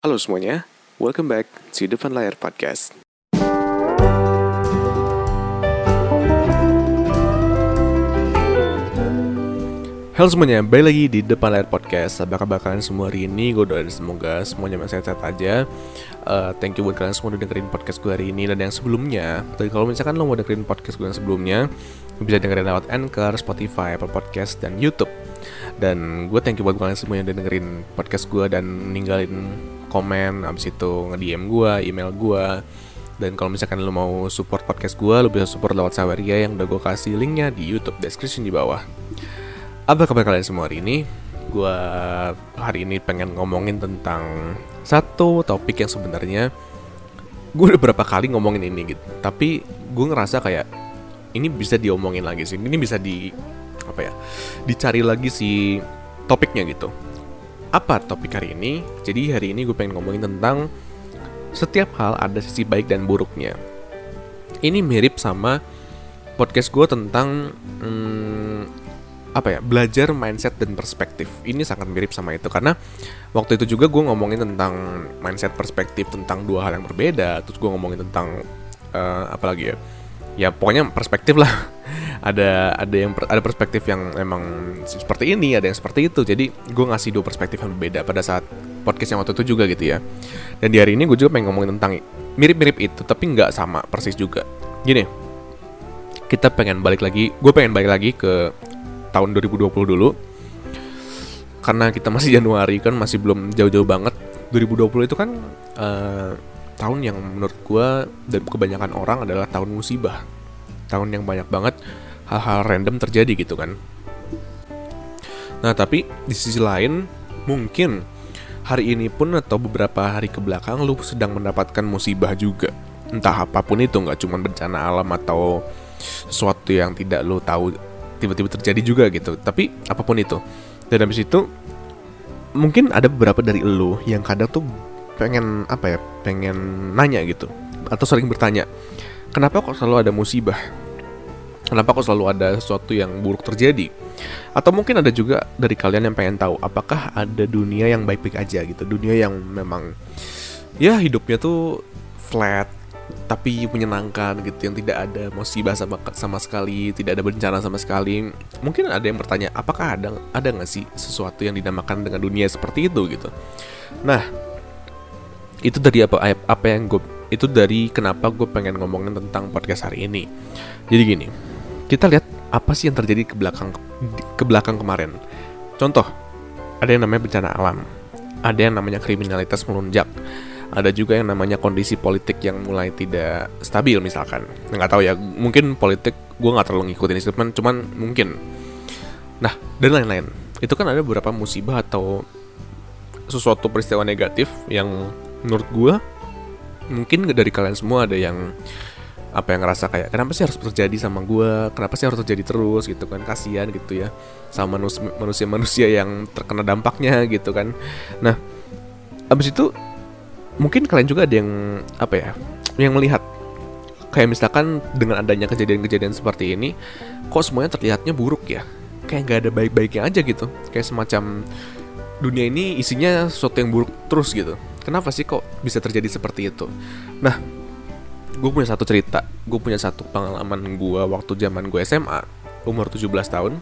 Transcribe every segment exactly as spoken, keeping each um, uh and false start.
Halo semuanya, welcome back to Depan Layar Podcast. Halo semuanya, balik lagi di Depan Layar Podcast. Apa kabar kalian semua hari ini? Gue doain semoga semuanya masih sehat aja. uh, Thank you buat kalian semua udah dengerin podcast gue hari ini. Dan yang sebelumnya, tapi kalau misalkan lo mau dengerin podcast gue yang sebelumnya, lo bisa dengerin lewat Anchor, Spotify, Apple Podcast, dan YouTube. Dan gue thank you buat kalian semua yang udah dengerin podcast gue dan ninggalin komen, abis itu nge-D M gue, email gue. Dan kalau misalkan lo mau support podcast gue, lo bisa support lewat Saweria yang udah gue kasih linknya di YouTube description di bawah. Apa kabar kalian semua hari ini? Gue hari ini pengen ngomongin tentang satu topik yang sebenarnya gue udah berapa kali ngomongin ini gitu, tapi gue ngerasa kayak ini bisa diomongin lagi sih. Ini bisa di apa ya? Dicari lagi si topiknya gitu. Apa topik hari ini? Jadi hari ini gue pengen ngomongin tentang setiap hal ada sisi baik dan buruknya. Ini mirip sama podcast gue tentang hmm, apa ya, belajar mindset dan perspektif. Ini sangat mirip sama itu karena waktu itu juga gue ngomongin tentang mindset, perspektif, tentang dua hal yang berbeda. Terus gue ngomongin tentang uh, apa lagi ya? Ya pokoknya perspektif lah. ada ada yang ada perspektif yang emang seperti ini, ada yang seperti itu. Jadi gue ngasih dua perspektif yang berbeda pada saat podcast yang waktu itu juga gitu ya. Dan di hari ini gue juga pengen ngomongin tentang mirip-mirip itu tapi nggak sama persis juga. Gini, kita pengen balik lagi, gue pengen balik lagi ke tahun dua ribu dua puluh dulu. Karena kita masih Januari kan, masih belum jauh-jauh banget. dua ribu dua puluh itu kan uh, tahun yang menurut gue dan kebanyakan orang adalah tahun musibah. Tahun yang banyak banget hal-hal random terjadi gitu kan. Nah tapi di sisi lain mungkin hari ini pun atau beberapa hari ke belakang lu sedang mendapatkan musibah juga. Entah apapun itu, gak cuma bencana alam atau sesuatu yang tidak lu tahu tiba-tiba terjadi juga gitu. Tapi apapun itu. Dan habis itu mungkin ada beberapa dari elu yang kadang tuh pengen apa ya, pengen nanya gitu, atau sering bertanya, kenapa kok selalu ada musibah? Kenapa kok selalu ada sesuatu yang buruk terjadi? Atau mungkin ada juga dari kalian yang pengen tahu, apakah ada dunia yang baik-baik aja gitu, dunia yang memang ya hidupnya tuh flat tapi menyenangkan gitu, yang tidak ada musibah sama sama sekali, tidak ada bencana sama sekali. Mungkin ada yang bertanya, apakah ada ada nggak sih sesuatu yang dinamakan dengan dunia seperti itu gitu? Nah, itu dari apa apa yang gue itu dari kenapa gue pengen ngomongin tentang podcast hari ini. Jadi gini, kita lihat apa sih yang terjadi ke belakang ke belakang kemarin. Contoh, ada yang namanya bencana alam, ada yang namanya kriminalitas melonjak. Ada juga yang namanya kondisi politik yang mulai tidak stabil misalkan. Nggak tahu ya, mungkin politik gue nggak terlalu ngikutin itu, cuman, cuman mungkin. Nah, dan lain-lain. Itu kan ada beberapa musibah atau sesuatu peristiwa negatif yang menurut gue mungkin dari kalian semua ada yang apa yang ngerasa kayak kenapa sih harus terjadi sama gue? Kenapa sih harus terjadi terus gitu kan? Kasian gitu ya sama manusia-manusia yang terkena dampaknya gitu kan. Nah, abis itu mungkin kalian juga ada yang apa ya, yang melihat kayak misalkan dengan adanya kejadian-kejadian seperti ini, kok semuanya terlihatnya buruk ya, kayak nggak ada baik-baiknya aja gitu, kayak semacam dunia ini isinya sesuatu yang buruk terus gitu. Kenapa sih kok bisa terjadi seperti itu? Nah, gue punya satu cerita, gue punya satu pengalaman gue waktu zaman gue S M A, umur tujuh belas tahun.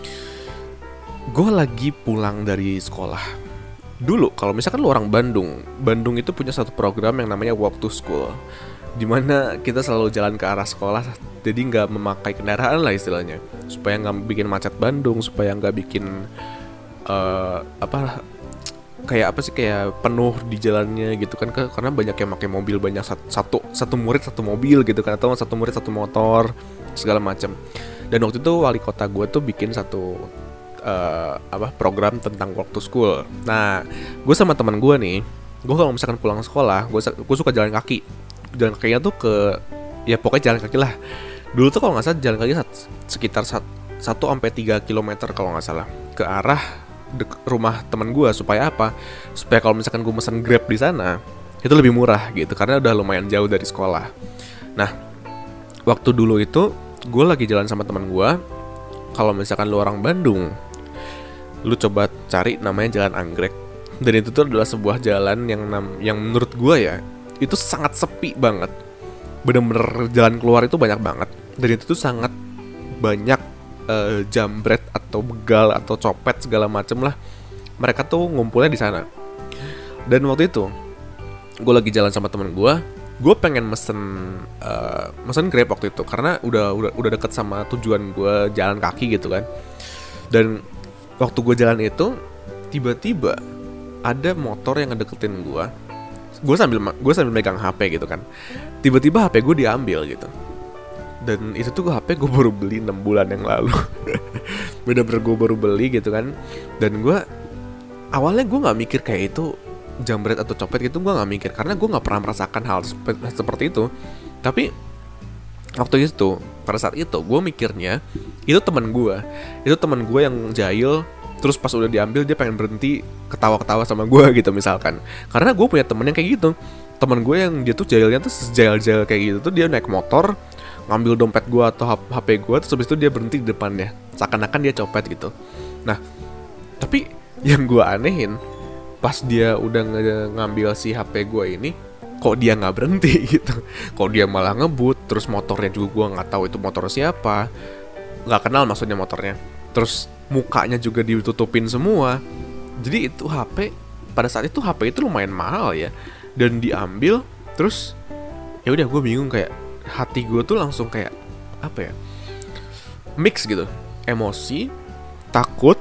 Gue lagi pulang dari sekolah. Dulu kalau misalkan lu orang Bandung, Bandung itu punya satu program yang namanya Walk to School, dimana kita selalu jalan ke arah sekolah, jadi nggak memakai kendaraan lah istilahnya, supaya nggak bikin macet Bandung, supaya nggak bikin uh, apa kayak apa sih kayak penuh di jalannya gitu kan, karena banyak yang pakai mobil, banyak satu satu murid satu mobil gitu kan, atau satu murid satu motor segala macam. Dan waktu itu wali kota gue tuh bikin satu Uh, apa program tentang walk to school. Nah, gue sama teman gue nih, gue kalau misalkan pulang sekolah, gue gue suka jalan kaki. Jalan kakinya tuh ke, ya pokoknya jalan kaki lah. Dulu tuh kalau nggak salah jalan kaki sekitar satu sampai tiga kilometer kalau nggak salah ke arah dek- rumah teman gue. Supaya apa? Supaya kalau misalkan gue mesen Grab di sana itu lebih murah gitu, karena udah lumayan jauh dari sekolah. Nah, waktu dulu itu gue lagi jalan sama teman gue. Kalau misalkan lu orang Bandung, lu coba cari namanya Jalan Anggrek. Dan itu tuh adalah sebuah jalan yang nam- yang menurut gue ya itu sangat sepi banget. Bener-bener jalan keluar itu banyak banget. Dan itu tuh sangat banyak uh, jambret atau begal atau copet segala macem lah. Mereka tuh ngumpulnya di sana. Dan waktu itu gue lagi jalan sama temen gue. Gue pengen mesen uh, mesen Grab waktu itu karena udah udah udah deket sama tujuan gue, jalan kaki gitu kan. Dan waktu gue jalan itu tiba-tiba ada motor yang ngedeketin gue. Gue sambil gue sambil megang H P gitu kan. Tiba-tiba H P gue diambil gitu. Dan itu tuh H P gue baru beli enam bulan yang lalu. Bener-bener gue baru beli gitu kan. Dan gue awalnya gue nggak mikir kayak itu jambret atau copet gitu, gue nggak mikir karena gue nggak pernah merasakan hal sep- seperti itu. Tapi waktu itu pada saat itu gue mikirnya itu teman gue, itu teman gue yang jahil. Terus pas udah diambil dia pengen berhenti ketawa-ketawa sama gue gitu misalkan. Karena gue punya temen yang kayak gitu. Temen gue yang dia tuh jahilnya tuh sejahil-jahil kayak gitu tuh, dia naik motor ngambil dompet gue atau H P gue, terus habis itu dia berhenti di depannya seakan-akan dia copet gitu. Nah tapi yang gue anehin pas dia udah nge- ngambil si H P gue ini, kok dia nggak berhenti gitu. Kok dia malah ngebut. Terus motornya juga gue nggak tahu itu motor siapa, nggak kenal maksudnya motornya. Terus mukanya juga ditutupin semua. Jadi itu H P pada saat itu H P itu lumayan mahal ya, dan diambil. Terus ya udah gue bingung, kayak hati gue tuh langsung kayak apa ya, mix gitu, emosi, takut,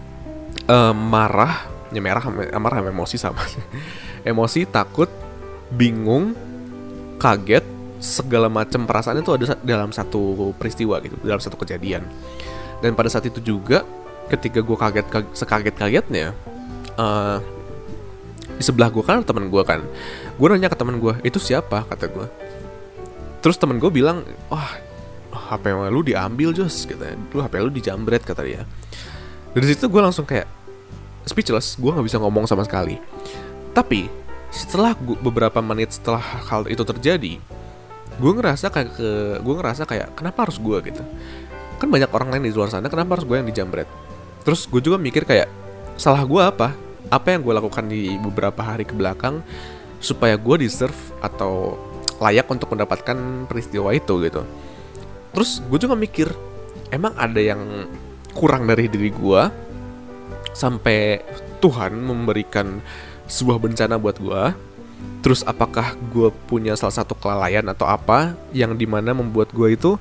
uh, marah, ya merah, marah, emosi sama. Emosi, takut, bingung, kaget, segala macam perasaan itu ada dalam satu peristiwa gitu, dalam satu kejadian. Dan pada saat itu juga ketika gue kaget, kaget sekaget-kagetnya, uh, di sebelah gue kan teman gue kan, gue nanya ke teman gue, itu siapa, kata gue. Terus teman gue bilang, wah H P lu diambil Jos, katanya, lu H P lu dijambret, kata dia. Dari situ gue langsung kayak speechless, gue nggak bisa ngomong sama sekali. Tapi setelah gua, beberapa menit setelah hal itu terjadi, gue ngerasa kayak ke, gue ngerasa kayak kenapa harus gue gitu. Kan banyak orang lain di luar sana, kenapa harus gue yang dijambret? Terus gue juga mikir kayak, salah gue apa? Apa yang gue lakukan di beberapa hari kebelakang supaya gue deserve atau layak untuk mendapatkan peristiwa itu gitu. Terus gue juga mikir, emang ada yang kurang dari diri gue sampai Tuhan memberikan sebuah bencana buat gue? Terus apakah gue punya salah satu kelalaian atau apa yang dimana membuat gue itu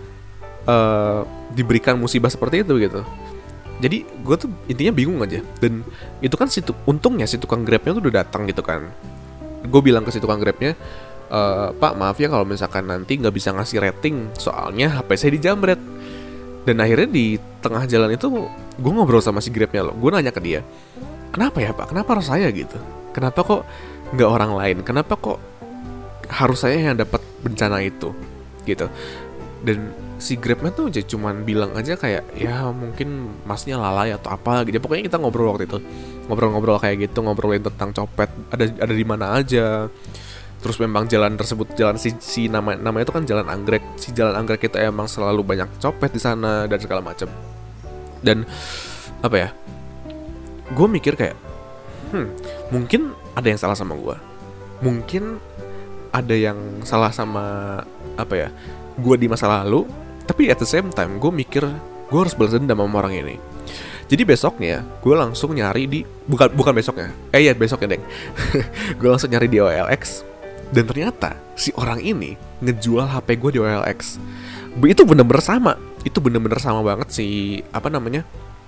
Uh, diberikan musibah seperti itu gitu. Jadi gue tuh intinya bingung aja. Dan itu kan situ, untungnya si tukang Grabnya tuh udah datang gitu kan. Gue bilang ke si tukang Grabnya, e, Pak maaf ya kalau misalkan nanti gak bisa ngasih rating, soalnya H P saya dijambret. Dan akhirnya di tengah jalan itu gue ngobrol sama si Grabnya loh. Gue nanya ke dia, kenapa ya Pak, kenapa harus saya gitu? Kenapa kok gak orang lain? Kenapa kok harus saya yang dapat bencana itu gitu? Dan si Grabnya tuh aja cuman bilang aja kayak, ya mungkin masnya lalai atau apa gitu. Pokoknya kita ngobrol waktu itu, ngobrol-ngobrol kayak gitu, ngobrolin tentang copet, ada ada di mana aja. Terus memang jalan tersebut, jalan si, si nama namanya itu kan Jalan Anggrek. Si Jalan Anggrek itu emang selalu banyak copet di sana dan segala macam. Dan apa ya, gue mikir kayak, hmm, mungkin ada yang salah sama gue. Mungkin ada yang salah sama apa ya, gue di masa lalu. Tapi at the same time gue mikir gue harus balas dendam sama orang ini. Jadi besoknya gue langsung nyari di, bukan bukan besoknya, eh ya besoknya deng. Gue langsung nyari di O L X. Dan ternyata si orang ini ngejual H P gue di O L X. Itu bener-bener sama. Itu bener-bener sama banget si apa namanya,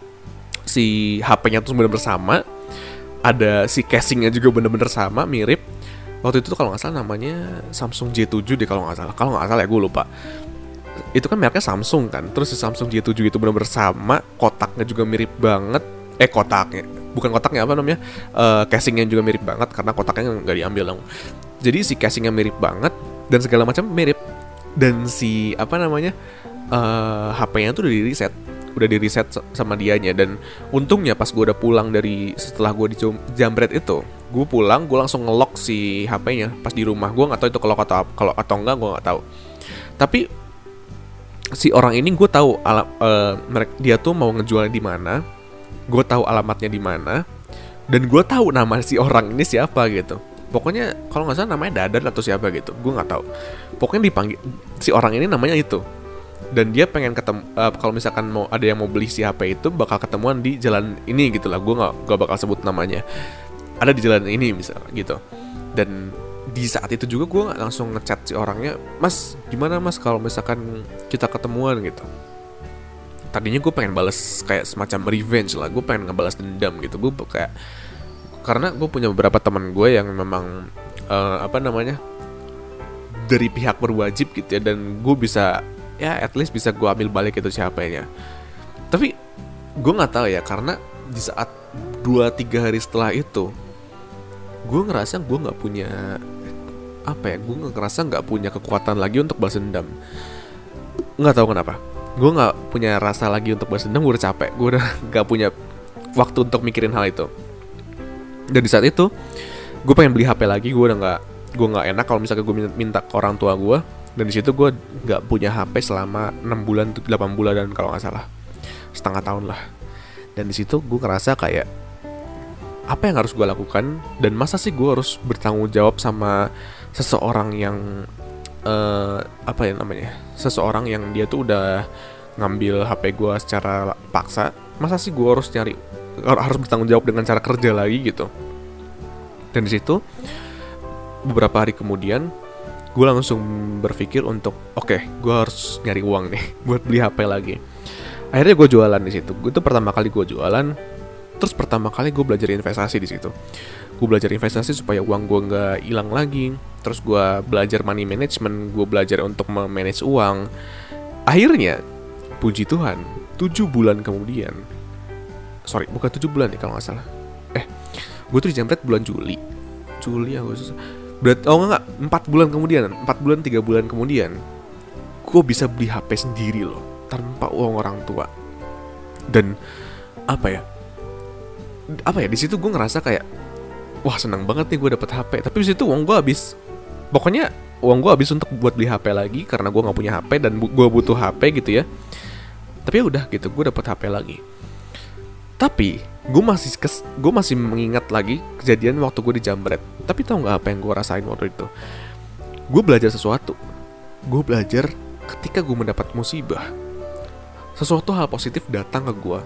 si H P-nya tuh bener-bener sama. Ada si casingnya juga bener-bener sama, mirip. Waktu itu tuh kalau nggak salah namanya Samsung J tujuh deh kalau nggak salah. Kalau nggak salah ya gue lupa. Itu kan mereknya Samsung kan. Terus si Samsung J tujuh itu benar-benar sama, kotaknya juga mirip banget. Eh kotaknya, bukan kotaknya apa namanya, uh, casingnya juga mirip banget karena kotaknya nggak diambil dong. Jadi si casingnya mirip banget dan segala macam mirip. Dan si apa namanya, uh, H P-nya tuh udah di reset, udah di reset sama dianya. Dan untungnya pas gue udah pulang dari setelah gue dijambret itu, gue pulang gue langsung nge-lock si H P-nya pas di rumah. Gue nggak tahu itu kalau atau kalau atau enggak, gue nggak tahu. Tapi si orang ini gue tahu alam, uh, mereka dia tuh mau ngejualnya di mana, gue tahu alamatnya di mana, Dan gue tahu nama si orang ini siapa gitu. Pokoknya kalau nggak salah namanya Dadan atau siapa gitu, gue nggak tahu. Pokoknya dipanggil si orang ini namanya itu. Dan dia pengen ketemu, uh, kalau misalkan mau ada yang mau beli si H P itu bakal ketemuan di jalan ini gitu lah. Gue nggak gak bakal sebut namanya. Ada di jalan ini misalnya gitu. Dan di saat itu juga gue langsung ngechat si orangnya, "Mas, gimana mas kalau misalkan kita ketemuan gitu?" Tadinya gue pengen balas kayak semacam revenge lah, gue pengen ngebalas dendam gitu. Gue kayak, karena gue punya beberapa teman gue yang memang uh, apa namanya dari pihak berwajib gitu ya, dan gue bisa ya at least bisa gue ambil balik itu siapanya. Tapi gue nggak tahu ya, karena di saat dua tiga hari setelah itu gue ngerasa gue nggak punya apa ya, gue ngerasa nggak punya kekuatan lagi untuk balas dendam. Nggak tahu kenapa. Gue gak punya rasa lagi untuk balas dendam, gue udah capek. Gue udah gak punya waktu untuk mikirin hal itu. Dan di saat itu gue pengen beli H P lagi. Gue udah gak, gue gak enak kalau misalnya gue minta ke orang tua gue. Dan di situ gue gak punya H P selama enam bulan, delapan bulan dan kalau gak salah setengah tahun lah. Dan di situ gue ngerasa kayak, apa yang harus gue lakukan? Dan masa sih gue harus bertanggung jawab sama seseorang yang Uh, apa ya namanya, seseorang yang dia tuh udah ngambil H P gue secara paksa. Masa sih gue harus nyari, harus bertanggung jawab dengan cara kerja lagi gitu. Dan di situ beberapa hari kemudian gue langsung berpikir untuk oke, okay, gue harus nyari uang nih buat beli H P lagi. Akhirnya gue jualan di situ. Gue tuh pertama kali gue jualan. Terus pertama kali gue belajar investasi di situ. Gue belajar investasi supaya uang gue nggak hilang lagi. Terus gue belajar money management. Gue belajar untuk memanage uang. Akhirnya, puji Tuhan, tujuh bulan kemudian, sorry, bukan tujuh bulan nih kalau nggak salah. Eh, gue tuh dijamret bulan Juli. Juli Agustus. Berat, oh enggak, empat bulan kemudian, empat bulan tiga bulan kemudian, gue bisa beli H P sendiri loh, tanpa uang orang tua. Dan apa ya? Apa ya, di situ gue ngerasa kayak, wah senang banget nih gue dapet H P. Tapi di situ uang gue habis. Pokoknya uang gue habis untuk buat beli H P lagi karena gue nggak punya H P dan bu- gue butuh H P gitu ya. Tapi ya udah gitu, gue dapet H P lagi. Tapi gue masih kes, gue masih mengingat lagi kejadian waktu gue dijamret. Tapi tau nggak apa yang gue rasain waktu itu? Gue belajar sesuatu. Gue belajar ketika gue mendapat musibah, sesuatu hal positif datang ke gue.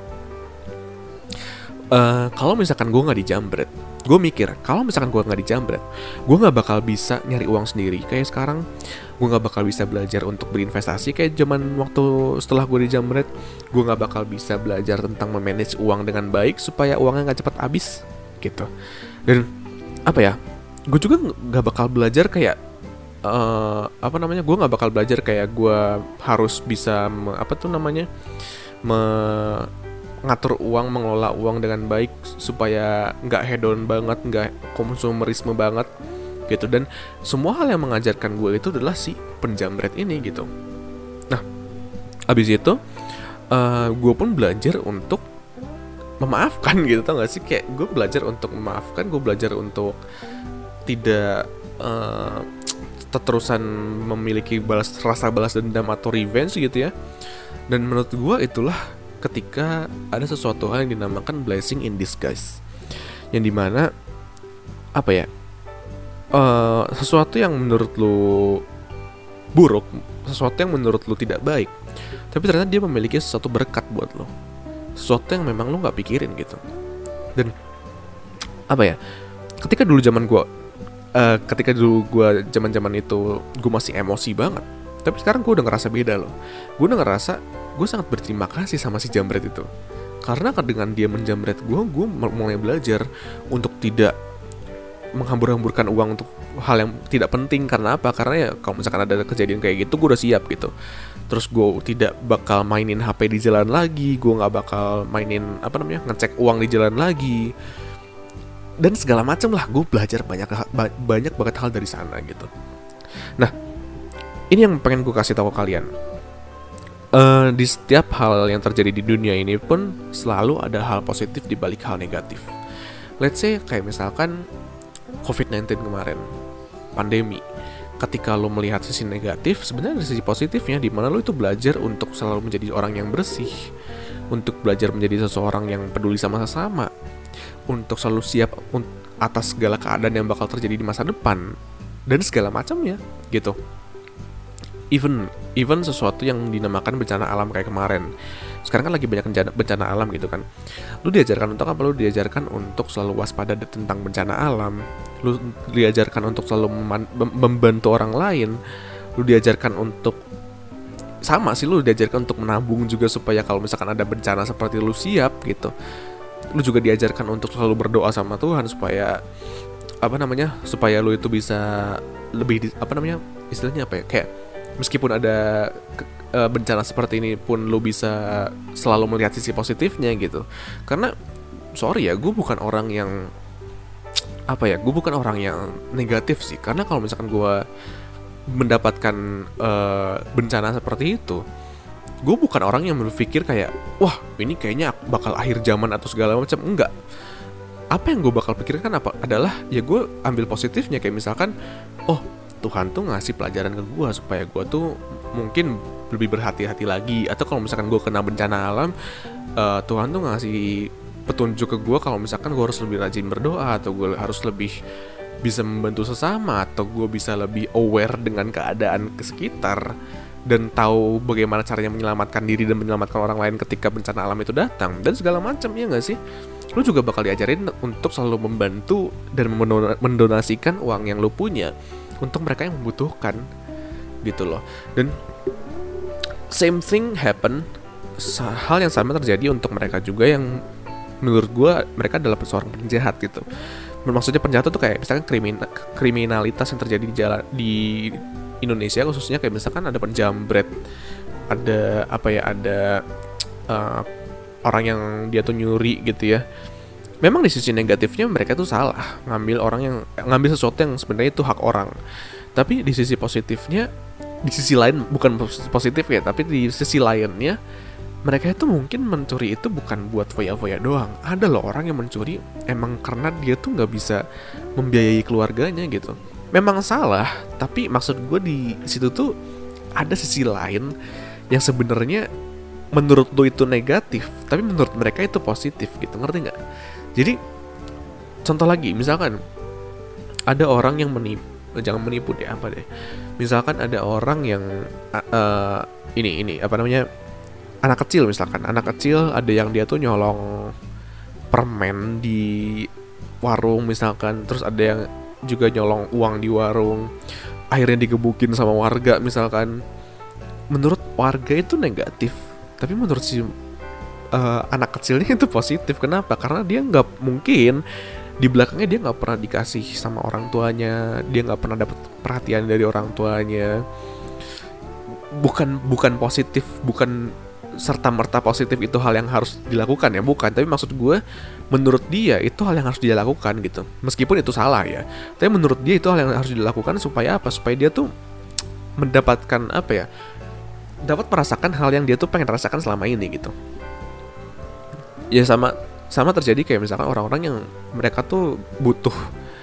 Uh, kalau misalkan gue nggak dijamret, gue mikir kalau misalkan gue nggak dijamret, gue nggak bakal bisa nyari uang sendiri kayak sekarang. Gue nggak bakal bisa belajar untuk berinvestasi kayak zaman waktu setelah gue dijamret. Gue nggak bakal bisa belajar tentang memanage uang dengan baik supaya uangnya nggak cepat habis gitu. Dan apa ya, gue juga nggak bakal belajar kayak uh, apa namanya, gue nggak bakal belajar kayak gue harus bisa me, apa tuh namanya me ngatur uang, mengelola uang dengan baik supaya nggak hedon banget, nggak konsumerisme banget gitu. Dan semua hal yang mengajarkan gue itu adalah si penjamret ini gitu. Nah, abis itu uh, gue pun belajar untuk memaafkan gitu, tau gak sih? Kayak gue belajar untuk memaafkan, gue belajar untuk tidak uh, terterusan memiliki balas, rasa balas dendam atau revenge gitu ya. Dan menurut gue itulah ketika ada sesuatu hal yang dinamakan blessing in disguise, yang dimana apa ya, uh, sesuatu yang menurut lu buruk, sesuatu yang menurut lu tidak baik, tapi ternyata dia memiliki sesuatu berkat buat lu, sesuatu yang memang lu nggak pikirin gitu. Dan apa ya, ketika dulu zaman gue, uh, ketika dulu gue zaman-zaman itu gue masih emosi banget, tapi sekarang gue udah ngerasa beda loh. Gue udah ngerasa gue sangat berterima kasih sama si jambret itu, karena dengan dia menjambret gue, gue mulai belajar untuk tidak menghambur-hamburkan uang untuk hal yang tidak penting. Karena apa? Karena ya kalau misalkan ada kejadian kayak gitu, gue udah siap gitu. Terus gue tidak bakal mainin H P di jalan lagi, gue nggak bakal mainin apa namanya ngecek uang di jalan lagi, dan segala macam lah. Gue belajar banyak banyak banget hal dari sana gitu. Nah, ini yang pengen gue kasih tahu ke kalian. Uh, di setiap hal yang terjadi di dunia ini pun selalu ada hal positif di balik hal negatif. Let's say kayak misalkan covid sembilan belas kemarin, pandemi. Ketika lo melihat sisi negatif, sebenarnya ada sisi positifnya, di mana lo itu belajar untuk selalu menjadi orang yang bersih, untuk belajar menjadi seseorang yang peduli sama sesama, untuk selalu siap un- atas segala keadaan yang bakal terjadi di masa depan dan segala macamnya gitu. Even even sesuatu yang dinamakan bencana alam kayak kemarin. Sekarang kan lagi banyak bencana, bencana alam gitu kan. Lu diajarkan untuk apa? Lu diajarkan untuk selalu waspada tentang bencana alam. Lu diajarkan untuk selalu mem- membantu orang lain. Lu diajarkan untuk sama sih, lu diajarkan untuk menabung juga supaya kalau misalkan ada bencana seperti lu siap gitu. Lu juga diajarkan untuk selalu berdoa sama Tuhan supaya apa namanya? supaya lu itu bisa lebih di, apa namanya? istilahnya apa ya? Kayak meskipun ada ke, e, bencana seperti ini pun lu bisa selalu melihat sisi positifnya gitu. Karena sorry ya, gue bukan orang yang apa ya? Gue bukan orang yang negatif sih. Karena kalau misalkan gue mendapatkan e, bencana seperti itu, gue bukan orang yang berpikir kayak wah ini kayaknya bakal akhir zaman atau segala macam. Enggak. Apa yang gue bakal pikirkan apa adalah ya gue ambil positifnya, kayak misalkan oh Tuhan tuh ngasih pelajaran ke gue supaya gue tuh mungkin lebih berhati-hati lagi. Atau kalau misalkan gue kena bencana alam, uh, Tuhan tuh ngasih petunjuk ke gue kalau misalkan gue harus lebih rajin berdoa, atau gue harus lebih bisa membantu sesama, atau gue bisa lebih aware dengan keadaan ke sekitar dan tahu bagaimana caranya menyelamatkan diri dan menyelamatkan orang lain ketika bencana alam itu datang dan segala macam, ya nggak sih? Lu juga bakal diajarin untuk selalu membantu dan mendonasikan uang yang lu punya untuk mereka yang membutuhkan gitu loh. Dan same thing happen, hal yang sama terjadi untuk mereka juga yang menurut gue mereka adalah seorang penjahat gitu. Maksudnya penjahat itu kayak misalkan kriminal, kriminalitas yang terjadi di jalan di Indonesia khususnya, kayak misalkan ada penjambret, ada apa ya, ada uh, orang yang dia tuh nyuri gitu ya. Memang di sisi negatifnya mereka tuh salah, ngambil orang yang ngambil sesuatu yang sebenarnya itu hak orang. Tapi di sisi positifnya, di sisi lain bukan positif ya, tapi di sisi lainnya mereka itu mungkin mencuri itu bukan buat foya-foya doang. Ada loh orang yang mencuri emang karena dia tuh nggak bisa membiayai keluarganya gitu. Memang salah, tapi maksud gue di situ tuh ada sisi lain yang sebenarnya menurut lo itu negatif, tapi menurut mereka itu positif gitu, ngerti nggak? Jadi contoh lagi, misalkan ada orang yang menipu, jangan menipu deh, apa deh? Misalkan ada orang yang uh, ini ini apa namanya, anak kecil misalkan, anak kecil ada yang dia tuh nyolong permen di warung misalkan, terus ada yang juga nyolong uang di warung, akhirnya digebukin sama warga misalkan. Menurut warga itu negatif, tapi menurut si Uh, anak kecilnya itu positif. Kenapa? Karena dia nggak mungkin di belakangnya dia nggak pernah dikasih sama orang tuanya, dia nggak pernah dapat perhatian dari orang tuanya. Bukan bukan positif, bukan serta merta positif itu hal yang harus dilakukan ya, bukan. Tapi maksud gue, menurut dia itu hal yang harus dia lakukan gitu. Meskipun itu salah ya, tapi menurut dia itu hal yang harus dilakukan supaya apa? Supaya dia tuh mendapatkan apa ya? Dapat merasakan hal yang dia tuh pengen rasakan selama ini gitu. Ya sama sama terjadi kayak misalkan orang-orang yang mereka tuh butuh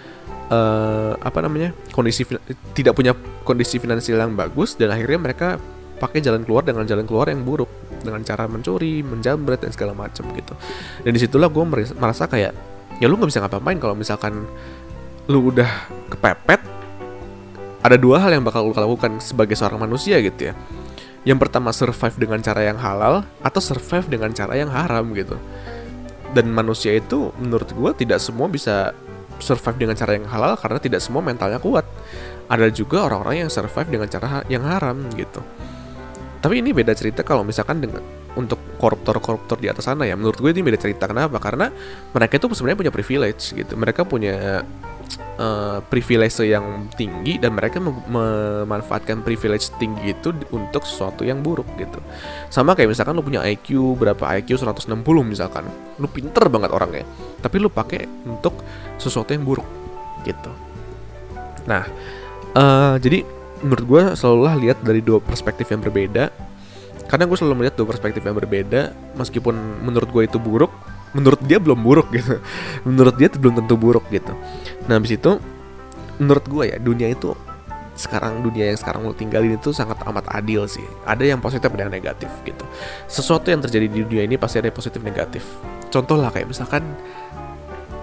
uh, apa namanya kondisi tidak punya kondisi finansial yang bagus, dan akhirnya mereka pakai jalan keluar dengan jalan keluar yang buruk, dengan cara mencuri, menjamret dan segala macam gitu. Dan disitulah gue merasa kayak ya lu nggak bisa ngapa-ngapain kalau misalkan lu udah kepepet. Ada dua hal yang bakal lu lakukan sebagai seorang manusia gitu ya. Yang pertama, survive dengan cara yang halal atau survive dengan cara yang haram gitu. Dan manusia itu menurut gue tidak semua bisa survive dengan cara yang halal karena tidak semua mentalnya kuat. Ada juga orang-orang yang survive dengan cara yang haram gitu. Tapi ini beda cerita kalau misalkan dengan untuk koruptor-koruptor di atas sana ya. Menurut gue ini beda cerita. Kenapa? Karena mereka itu sebenarnya punya privilege gitu. Mereka punya Uh, privilege yang tinggi dan mereka mem- memanfaatkan privilege tinggi itu untuk sesuatu yang buruk gitu. Sama kayak misalkan lu punya I Q berapa, I Q seratus enam puluh misalkan, lu pinter banget orangnya, tapi lu pakai untuk sesuatu yang buruk gitu. Nah, uh, jadi menurut gue selalulah lihat dari dua perspektif yang berbeda. Karena gue selalu melihat dua perspektif yang berbeda, meskipun menurut gue itu buruk, menurut dia belum buruk gitu. Menurut dia itu belum tentu buruk gitu. Nah, habis itu menurut gue ya, dunia itu sekarang, dunia yang sekarang lo tinggalin itu sangat amat adil sih. Ada yang positif, ada yang negatif gitu. Sesuatu yang terjadi di dunia ini pasti ada yang positif negatif. Contoh lah kayak misalkan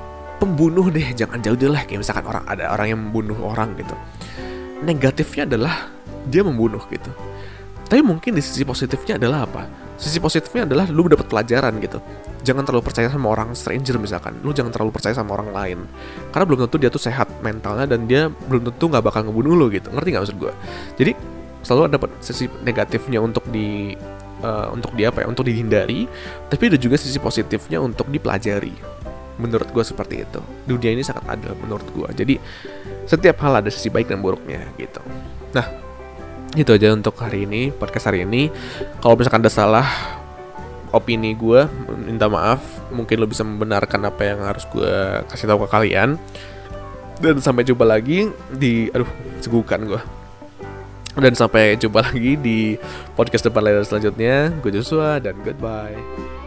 pembunuh deh, jangan jauh deh lah, kayak misalkan orang ada orang yang membunuh orang gitu, negatifnya adalah dia membunuh gitu. Tapi mungkin di sisi positifnya adalah apa? Sisi positifnya adalah lu dapat pelajaran gitu. Jangan terlalu percaya sama orang stranger misalkan. Lu jangan terlalu percaya sama orang lain, karena belum tentu dia tuh sehat mentalnya, dan dia belum tentu gak bakal ngebunuh lu gitu. Ngerti gak maksud gue? Jadi selalu dapat sisi negatifnya untuk di uh, untuk di apa ya? Untuk dihindari. Tapi ada juga sisi positifnya untuk dipelajari. Menurut gue seperti itu. Dunia ini sangat adil menurut gue. Jadi setiap hal ada sisi baik dan buruknya gitu. Nah, itu aja untuk hari ini, podcast hari ini. Kalau misalkan ada salah opini gue, minta maaf. Mungkin lo bisa membenarkan apa yang harus gue kasih tahu ke kalian. Dan sampai jumpa lagi di aduh segukan gue. Dan sampai jumpa lagi di podcast depan layar selanjutnya. Gue Joshua dan goodbye.